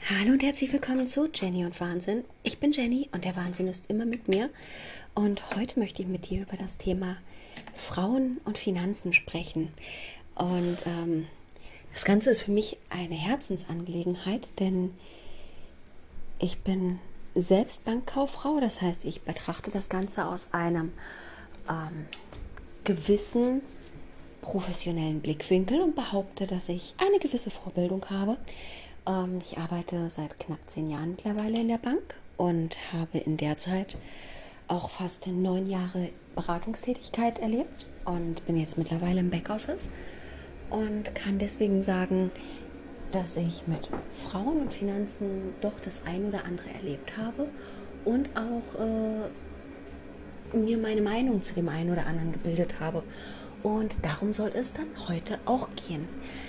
Hallo und herzlich willkommen zu Jenny und Wahnsinn. Ich bin Jenny und der Wahnsinn ist immer mit mir. Und heute möchte ich mit dir über das Thema Frauen und Finanzen sprechen. Und das Ganze ist für mich eine Herzensangelegenheit, denn ich bin selbst Bankkauffrau. Das heißt, ich betrachte das Ganze aus einem gewissen professionellen Blickwinkel und behaupte, dass ich eine gewisse Vorbildung habe. Ich arbeite seit knapp 10 Jahren mittlerweile in der Bank und habe in der Zeit auch fast 9 Jahre Beratungstätigkeit erlebt und bin jetzt mittlerweile im Backoffice und kann deswegen sagen, dass ich mit Frauen und Finanzen doch das ein oder andere erlebt habe und auch mir meine Meinung zu dem einen oder anderen gebildet habe. Und darum soll es dann heute auch gehen.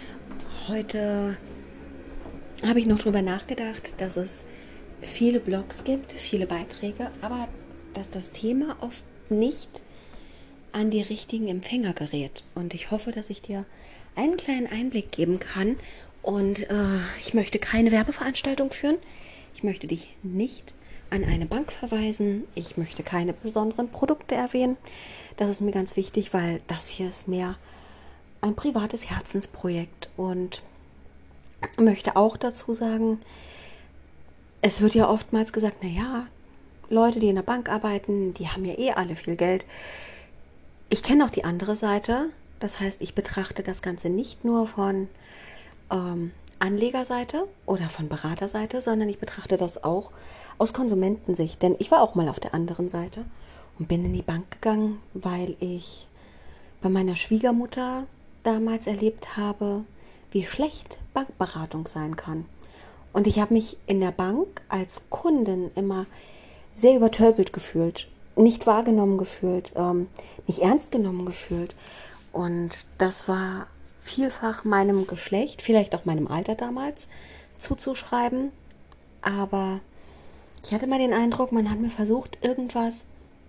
Heute habe ich noch darüber nachgedacht, dass es viele Blogs gibt, viele Beiträge, aber dass das Thema oft nicht an die richtigen Empfänger gerät. Und ich hoffe, dass ich dir einen kleinen Einblick geben kann. Und ich möchte keine Werbeveranstaltung führen. Ich möchte dich nicht an eine Bank verweisen. Ich möchte keine besonderen Produkte erwähnen. Das ist mir ganz wichtig, weil das hier ist mehr ein privates Herzensprojekt. Und möchte auch dazu sagen, es wird ja oftmals gesagt, naja, Leute, die in der Bank arbeiten, die haben ja eh alle viel Geld. Ich kenne auch die andere Seite. Das heißt, ich betrachte das Ganze nicht nur von Anlegerseite oder von Beraterseite, sondern ich betrachte das auch aus Konsumentensicht. Denn ich war auch mal auf der anderen Seite und bin in die Bank gegangen, weil ich bei meiner Schwiegermutter damals erlebt habe, wie schlecht Bankberatung sein kann. Und ich habe mich in der Bank als Kundin immer sehr übertölpelt gefühlt, nicht wahrgenommen gefühlt, nicht ernst genommen gefühlt. Und das war vielfach meinem Geschlecht, vielleicht auch meinem Alter damals, zuzuschreiben. Aber ich hatte mal den Eindruck, man hat mir versucht, irgendwas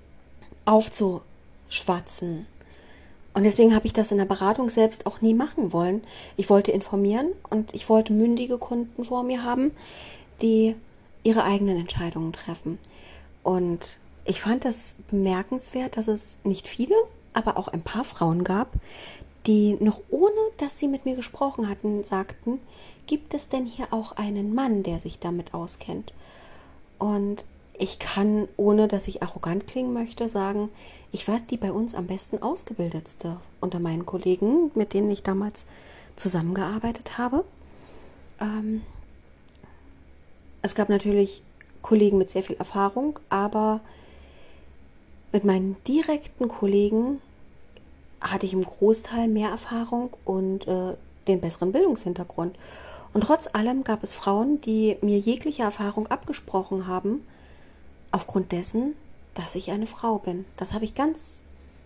aufzuschwatzen. Und deswegen habe ich das in der Beratung selbst auch nie machen wollen. Ich wollte informieren und ich wollte mündige Kunden vor mir haben, die ihre eigenen Entscheidungen treffen. Und ich fand das bemerkenswert, dass es nicht viele, aber auch ein paar Frauen gab, die noch ohne, dass sie mit mir gesprochen hatten, sagten, gibt es denn hier auch einen Mann, der sich damit auskennt? Und ich kann, ohne dass ich arrogant klingen möchte, sagen, ich war die bei uns am besten ausgebildetste unter meinen Kollegen, mit denen ich damals zusammengearbeitet habe. Es gab natürlich Kollegen mit sehr viel Erfahrung, aber mit meinen direkten Kollegen hatte ich im Großteil mehr Erfahrung und den besseren Bildungshintergrund. Und trotz allem gab es Frauen, die mir jegliche Erfahrung abgesprochen haben, aufgrund dessen, dass ich eine Frau bin. Das habe ich ganz,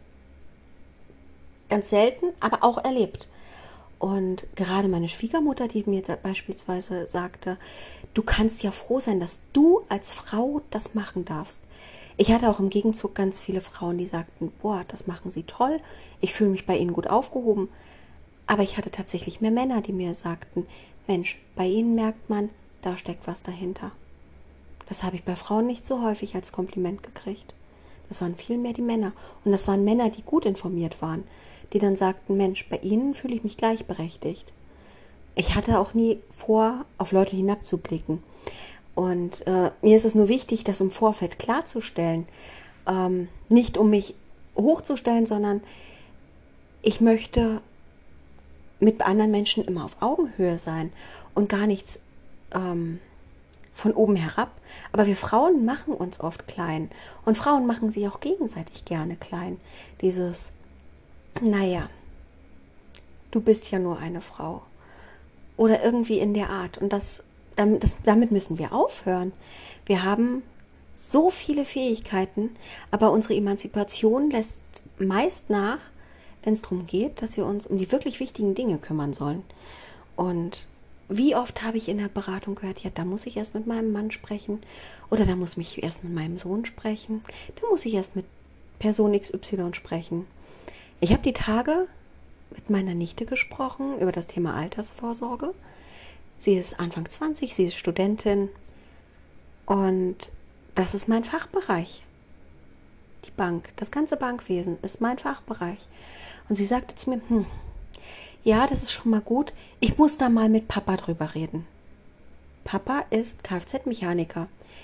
ganz selten, aber auch erlebt. Und gerade meine Schwiegermutter, die mir beispielsweise sagte, du kannst ja froh sein, dass du als Frau das machen darfst. Ich hatte auch im Gegenzug ganz viele Frauen, die sagten, boah, das machen sie toll, ich fühle mich bei ihnen gut aufgehoben. Aber ich hatte tatsächlich mehr Männer, die mir sagten, Mensch, bei ihnen merkt man, da steckt was dahinter. Das habe ich bei Frauen nicht so häufig als Kompliment gekriegt. Das waren viel mehr die Männer. Und das waren Männer, die gut informiert waren, die dann sagten, Mensch, bei ihnen fühle ich mich gleichberechtigt. Ich hatte auch nie vor, auf Leute hinabzublicken. Und mir ist es nur wichtig, das im Vorfeld klarzustellen. Nicht um mich hochzustellen, sondern ich möchte mit anderen Menschen immer auf Augenhöhe sein und gar nichts von oben herab. Aber wir Frauen machen uns oft klein. Und Frauen machen sich auch gegenseitig gerne klein. Dieses, naja, du bist ja nur eine Frau. Oder irgendwie in der Art. Und damit müssen wir aufhören. Wir haben so viele Fähigkeiten, aber unsere Emanzipation lässt meist nach, wenn es darum geht, dass wir uns um die wirklich wichtigen Dinge kümmern sollen. Und wie oft habe ich in der Beratung gehört, ja, da muss ich erst mit meinem Mann sprechen oder da muss ich erst mit meinem Sohn sprechen, da muss ich erst mit Person XY sprechen. Ich habe die Tage mit meiner Nichte gesprochen über das Thema Altersvorsorge. Sie ist Anfang 20, sie ist Studentin und das ist mein Fachbereich. Die Bank, das ganze Bankwesen ist mein Fachbereich. Und sie sagte zu mir, ja, das ist schon mal gut, ich muss da mal mit Papa drüber reden. Papa ist Kfz-Mechaniker.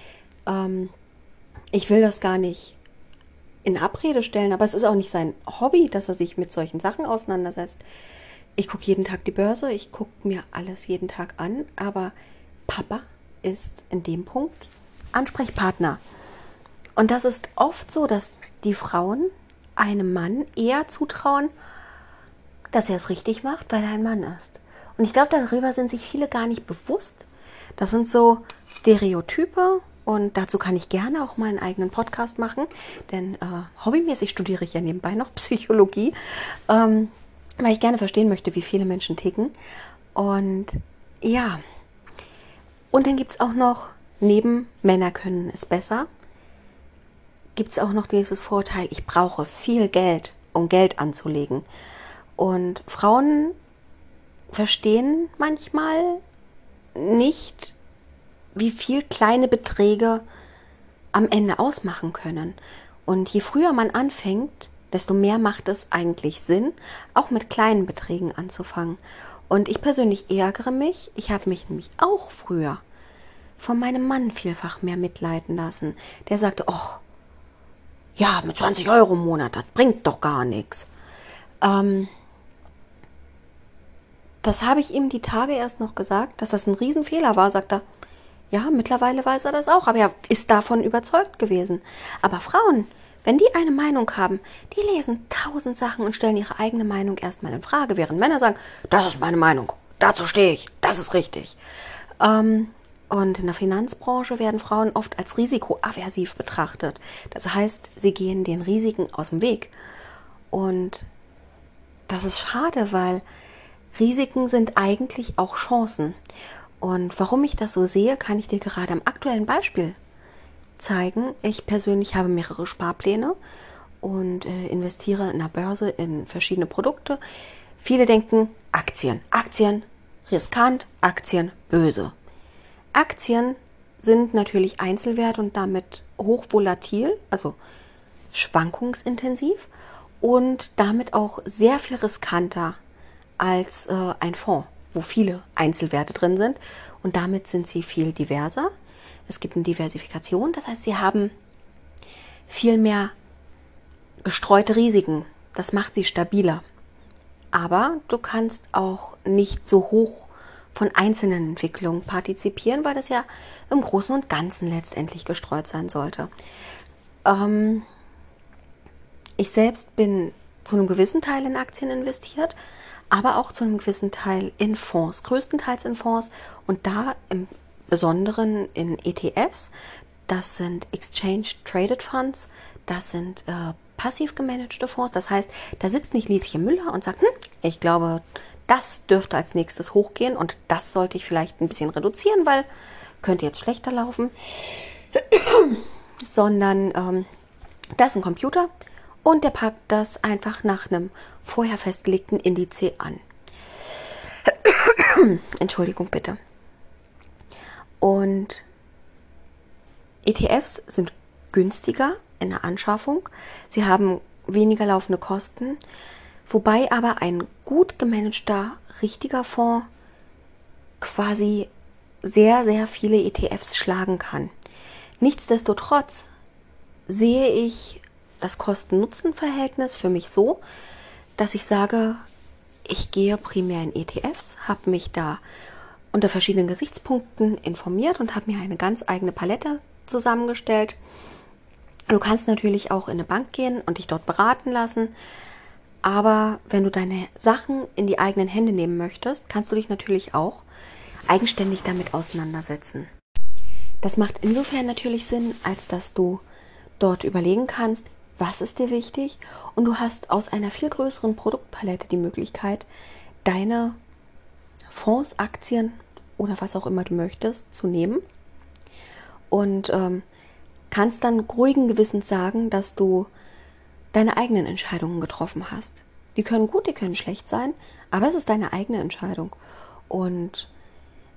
Ich will das gar nicht in Abrede stellen, aber es ist auch nicht sein Hobby, dass er sich mit solchen Sachen auseinandersetzt. Ich gucke jeden Tag die Börse, ich gucke mir alles jeden Tag an, aber Papa ist in dem Punkt Ansprechpartner. Und das ist oft so, dass die Frauen einem Mann eher zutrauen, dass er es richtig macht, weil er ein Mann ist. Und ich glaube, darüber sind sich viele gar nicht bewusst. Das sind so Stereotype und dazu kann ich gerne auch mal einen eigenen Podcast machen, denn hobbymäßig studiere ich ja nebenbei noch Psychologie, weil ich gerne verstehen möchte, wie viele Menschen ticken. Und ja, und dann gibt es auch noch, neben Männer können es besser, gibt es auch noch dieses Vorteil, ich brauche viel Geld, um Geld anzulegen. Und Frauen verstehen manchmal nicht, wie viel kleine Beträge am Ende ausmachen können. Und je früher man anfängt, desto mehr macht es eigentlich Sinn, auch mit kleinen Beträgen anzufangen. Und ich persönlich ärgere mich, ich habe mich nämlich auch früher von meinem Mann vielfach mehr mitleiden lassen. Der sagte, ach, ja, mit 20 Euro im Monat, das bringt doch gar nichts. Das habe ich ihm die Tage erst noch gesagt, dass das ein Riesenfehler war, sagt er. Ja, mittlerweile weiß er das auch, aber er ist davon überzeugt gewesen. Aber Frauen, wenn die eine Meinung haben, die lesen 1000 Sachen und stellen ihre eigene Meinung erstmal in Frage, während Männer sagen, das ist meine Meinung, dazu stehe ich, das ist richtig. Und in der Finanzbranche werden Frauen oft als risikoaversiv betrachtet. Das heißt, sie gehen den Risiken aus dem Weg. Und das ist schade, weil Risiken sind eigentlich auch Chancen. Und warum ich das so sehe, kann ich dir gerade am aktuellen Beispiel zeigen. Ich persönlich habe mehrere Sparpläne und investiere in der Börse in verschiedene Produkte. Viele denken, Aktien riskant, Aktien böse. Aktien sind natürlich Einzelwert und damit hochvolatil, also schwankungsintensiv und damit auch sehr viel riskanter als ein Fonds, wo viele Einzelwerte drin sind und damit sind sie viel diverser. Es gibt eine Diversifikation, das heißt, sie haben viel mehr gestreute Risiken. Das macht sie stabiler. Aber du kannst auch nicht so hoch von einzelnen Entwicklungen partizipieren, weil das ja im Großen und Ganzen letztendlich gestreut sein sollte. Ich selbst bin zu einem gewissen Teil in Aktien investiert, aber auch zu einem gewissen Teil in Fonds, größtenteils in Fonds und da im Besonderen in ETFs. Das sind Exchange Traded Funds, das sind passiv gemanagte Fonds. Das heißt, da sitzt nicht Lieschen Müller und sagt, ich glaube, das dürfte als nächstes hochgehen und das sollte ich vielleicht ein bisschen reduzieren, weil könnte jetzt schlechter laufen. Sondern da ist ein Computer und der packt das einfach nach einem vorher festgelegten Indiz an. Entschuldigung bitte. Und ETFs sind günstiger in der Anschaffung. Sie haben weniger laufende Kosten, wobei aber ein gut gemanagter, richtiger Fonds quasi sehr, sehr viele ETFs schlagen kann. Nichtsdestotrotz sehe ich das Kosten-Nutzen-Verhältnis für mich so, dass ich sage, ich gehe primär in ETFs, habe mich da unter verschiedenen Gesichtspunkten informiert und habe mir eine ganz eigene Palette zusammengestellt. Du kannst natürlich auch in eine Bank gehen und dich dort beraten lassen, aber wenn du deine Sachen in die eigenen Hände nehmen möchtest, kannst du dich natürlich auch eigenständig damit auseinandersetzen. Das macht insofern natürlich Sinn, als dass du dort überlegen kannst, was ist dir wichtig und du hast aus einer viel größeren Produktpalette die Möglichkeit, deine Fonds, Aktien oder was auch immer du möchtest, zu nehmen und kannst dann ruhigen Gewissens sagen, dass du deine eigenen Entscheidungen getroffen hast. Die können gut, die können schlecht sein, aber es ist deine eigene Entscheidung. Und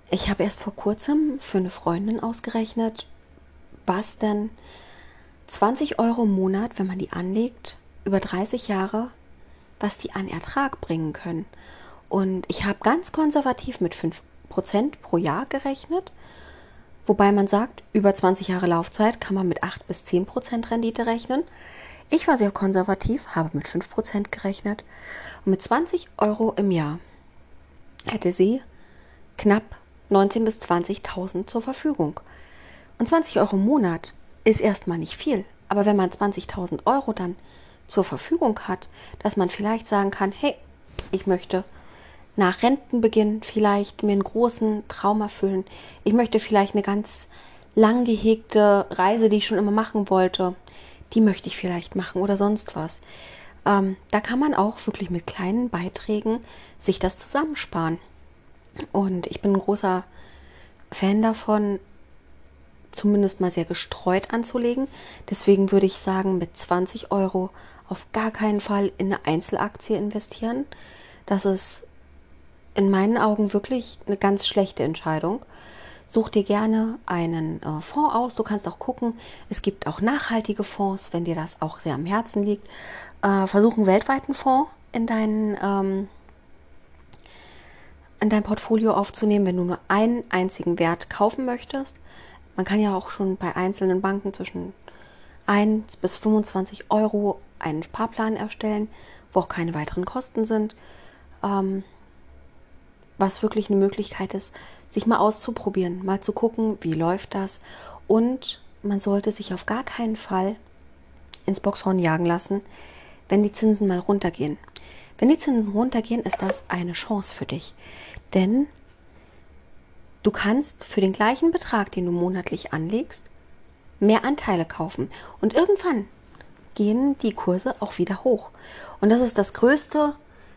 Ich habe erst vor kurzem für eine Freundin ausgerechnet, was denn 20 € im Monat, wenn man die anlegt, über 30 Jahre, was die an Ertrag bringen können. Und ich habe ganz konservativ mit 5% pro Jahr gerechnet, wobei man sagt, über 20 Jahre Laufzeit kann man mit 8 bis 10% Rendite rechnen. Ich war sehr konservativ, habe mit 5% gerechnet und mit 20 € im Jahr hätte sie knapp 19.000 bis 20.000 zur Verfügung. Und 20 € im Monat ist erstmal nicht viel. Aber wenn man 20.000 € dann zur Verfügung hat, dass man vielleicht sagen kann, hey, ich möchte nach Rentenbeginn vielleicht mir einen großen Traum erfüllen. Ich möchte vielleicht eine ganz lang gehegte Reise, die ich schon immer machen wollte, die möchte ich vielleicht machen oder sonst was. Da kann man auch wirklich mit kleinen Beiträgen sich das zusammensparen. Und ich bin ein großer Fan davon, zumindest mal sehr gestreut anzulegen. Deswegen würde ich sagen, mit 20 € auf gar keinen Fall in eine Einzelaktie investieren. Das ist in meinen Augen wirklich eine ganz schlechte Entscheidung. Such dir gerne einen Fonds aus. Du kannst auch gucken, es gibt auch nachhaltige Fonds, wenn dir das auch sehr am Herzen liegt. Versuch einen weltweiten Fonds in dein Portfolio aufzunehmen, wenn du nur einen einzigen Wert kaufen möchtest. Man kann ja auch schon bei einzelnen Banken zwischen 1 bis 25 € einen Sparplan erstellen, wo auch keine weiteren Kosten sind. Was wirklich eine Möglichkeit ist, sich mal auszuprobieren, mal zu gucken, wie läuft das. Und man sollte sich auf gar keinen Fall ins Boxhorn jagen lassen, wenn die Zinsen mal runtergehen. Wenn die Zinsen runtergehen, ist das eine Chance für dich. Denn du kannst für den gleichen Betrag, den du monatlich anlegst, mehr Anteile kaufen. Und irgendwann gehen die Kurse auch wieder hoch. Und das ist das Größte,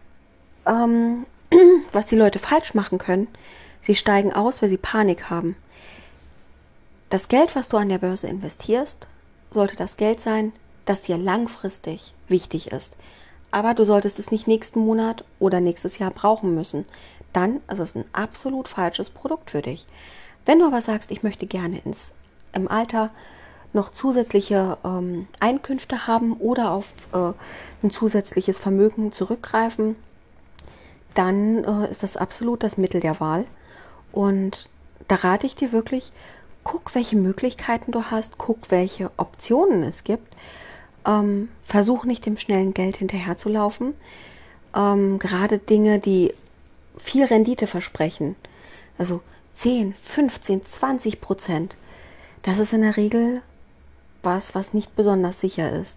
was die Leute falsch machen können. Sie steigen aus, weil sie Panik haben. Das Geld, was du an der Börse investierst, sollte das Geld sein, das dir langfristig wichtig ist. Aber du solltest es nicht nächsten Monat oder nächstes Jahr brauchen müssen. Dann ist es ein absolut falsches Produkt für dich. Wenn du aber sagst, ich möchte gerne im Alter noch zusätzliche Einkünfte haben oder auf ein zusätzliches Vermögen zurückgreifen, dann ist das absolut das Mittel der Wahl. Und da rate ich dir wirklich, guck, welche Möglichkeiten du hast, guck, welche Optionen es gibt. Versuch nicht dem schnellen Geld hinterherzulaufen. Gerade Dinge, die viel Rendite versprechen, also 10, 15, 20%, das ist in der Regel was nicht besonders sicher ist.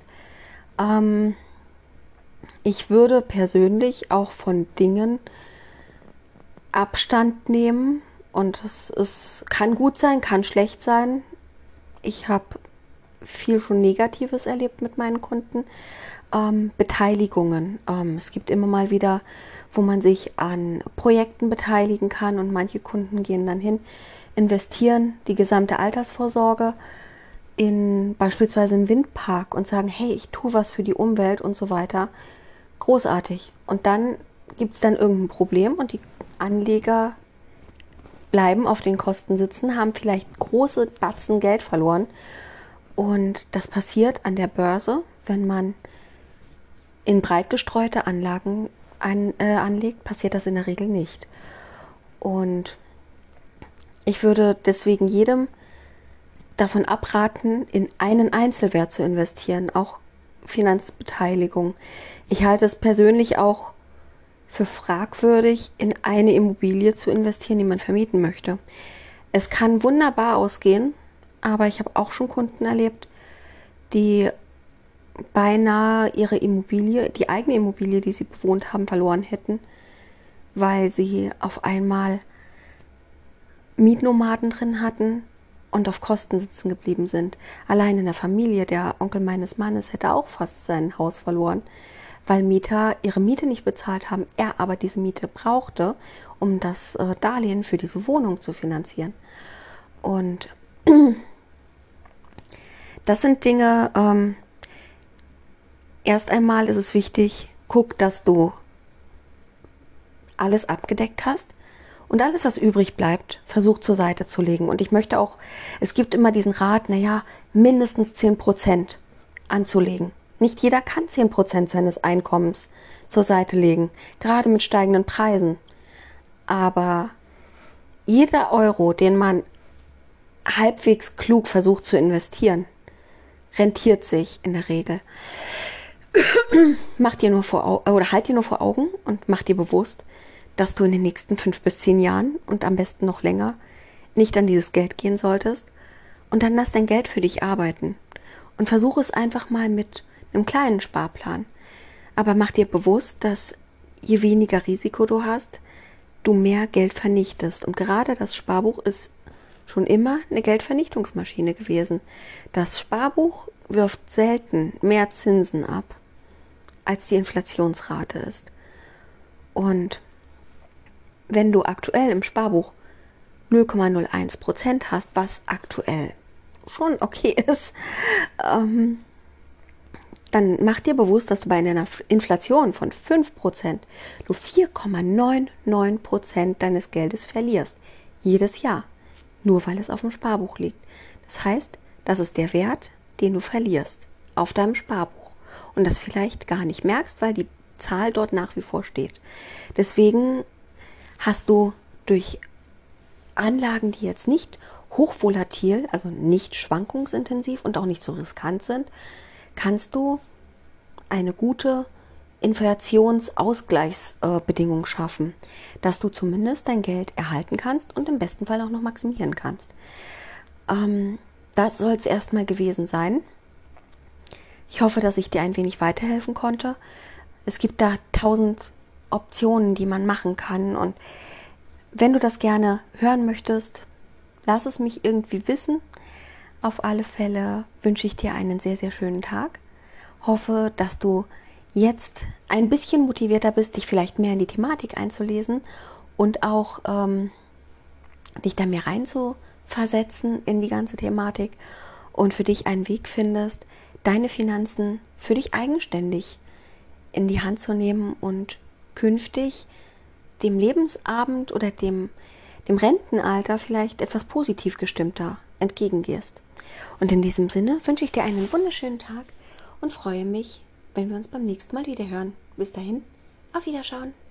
Ich würde persönlich auch von Dingen Abstand nehmen und es kann gut sein, kann schlecht sein. Ich habe viel schon Negatives erlebt mit meinen Kunden. Beteiligungen. Es gibt immer mal wieder, wo man sich an Projekten beteiligen kann und manche Kunden gehen dann hin, investieren die gesamte Altersvorsorge in beispielsweise einen Windpark und sagen, hey, ich tue was für die Umwelt und so weiter. Großartig. Und dann gibt es dann irgendein Problem und die Anleger bleiben auf den Kosten sitzen, haben vielleicht große Batzen Geld verloren. Und das passiert an der Börse, wenn man in breit gestreute Anlagen anlegt, passiert das in der Regel nicht. Und ich würde deswegen jedem davon abraten, in einen Einzelwert zu investieren, auch Finanzbeteiligung. Ich halte es persönlich auch für fragwürdig, in eine Immobilie zu investieren, die man vermieten möchte. Es kann wunderbar ausgehen, aber ich habe auch schon Kunden erlebt, die beinahe ihre Immobilie, die eigene Immobilie, die sie bewohnt haben, verloren hätten, weil sie auf einmal Mietnomaden drin hatten und auf Kosten sitzen geblieben sind. Allein in der Familie, der Onkel meines Mannes hätte auch fast sein Haus verloren, weil Mieter ihre Miete nicht bezahlt haben, er aber diese Miete brauchte, um das Darlehen für diese Wohnung zu finanzieren. Und das sind Dinge, erst einmal ist es wichtig, guck, dass du alles abgedeckt hast Und alles, was übrig bleibt, versuch zur Seite zu legen. Und ich möchte auch, es gibt immer diesen Rat, mindestens 10% anzulegen. Nicht jeder kann 10% seines Einkommens zur Seite legen, gerade mit steigenden Preisen. Aber jeder Euro, den man halbwegs klug versucht zu investieren, rentiert sich in der Regel. Halt dir nur vor Augen und mach dir bewusst, dass du in den nächsten 5 bis 10 Jahren und am besten noch länger nicht an dieses Geld gehen solltest. Und dann lass dein Geld für dich arbeiten. Und versuche es einfach mal mit einem kleinen Sparplan. Aber mach dir bewusst, dass je weniger Risiko du hast, du mehr Geld vernichtest. Und gerade das Sparbuch ist schon immer eine Geldvernichtungsmaschine gewesen. Das Sparbuch wirft selten mehr Zinsen ab, als die Inflationsrate ist. Und wenn du aktuell im Sparbuch 0,01% hast, was aktuell schon okay ist, dann mach dir bewusst, dass du bei einer Inflation von 5% nur 4,99% deines Geldes verlierst. Jedes Jahr. Nur weil es auf dem Sparbuch liegt. Das heißt, das ist der Wert, den du verlierst auf deinem Sparbuch. Und das vielleicht gar nicht merkst, weil die Zahl dort nach wie vor steht. Deswegen hast du durch Anlagen, die jetzt nicht hochvolatil, also nicht schwankungsintensiv und auch nicht so riskant sind, kannst du eine gute Inflationsausgleichsbedingung schaffen, dass du zumindest dein Geld erhalten kannst und im besten Fall auch noch maximieren kannst. Das soll es erstmal gewesen sein. Ich hoffe, dass ich dir ein wenig weiterhelfen konnte. Es gibt da 1000 Optionen, die man machen kann, und wenn du das gerne hören möchtest, lass es mich irgendwie wissen. Auf alle Fälle wünsche ich dir einen sehr, sehr schönen Tag. Hoffe, dass du jetzt ein bisschen motivierter bist, dich vielleicht mehr in die Thematik einzulesen und auch dich da mehr reinzuversetzen in die ganze Thematik und für dich einen Weg findest, deine Finanzen für dich eigenständig in die Hand zu nehmen und künftig dem Lebensabend oder dem Rentenalter vielleicht etwas positiv gestimmter entgegengehst. Und in diesem Sinne wünsche ich dir einen wunderschönen Tag und freue mich, wenn wir uns beim nächsten Mal wieder hören. Bis dahin, auf Wiederschauen.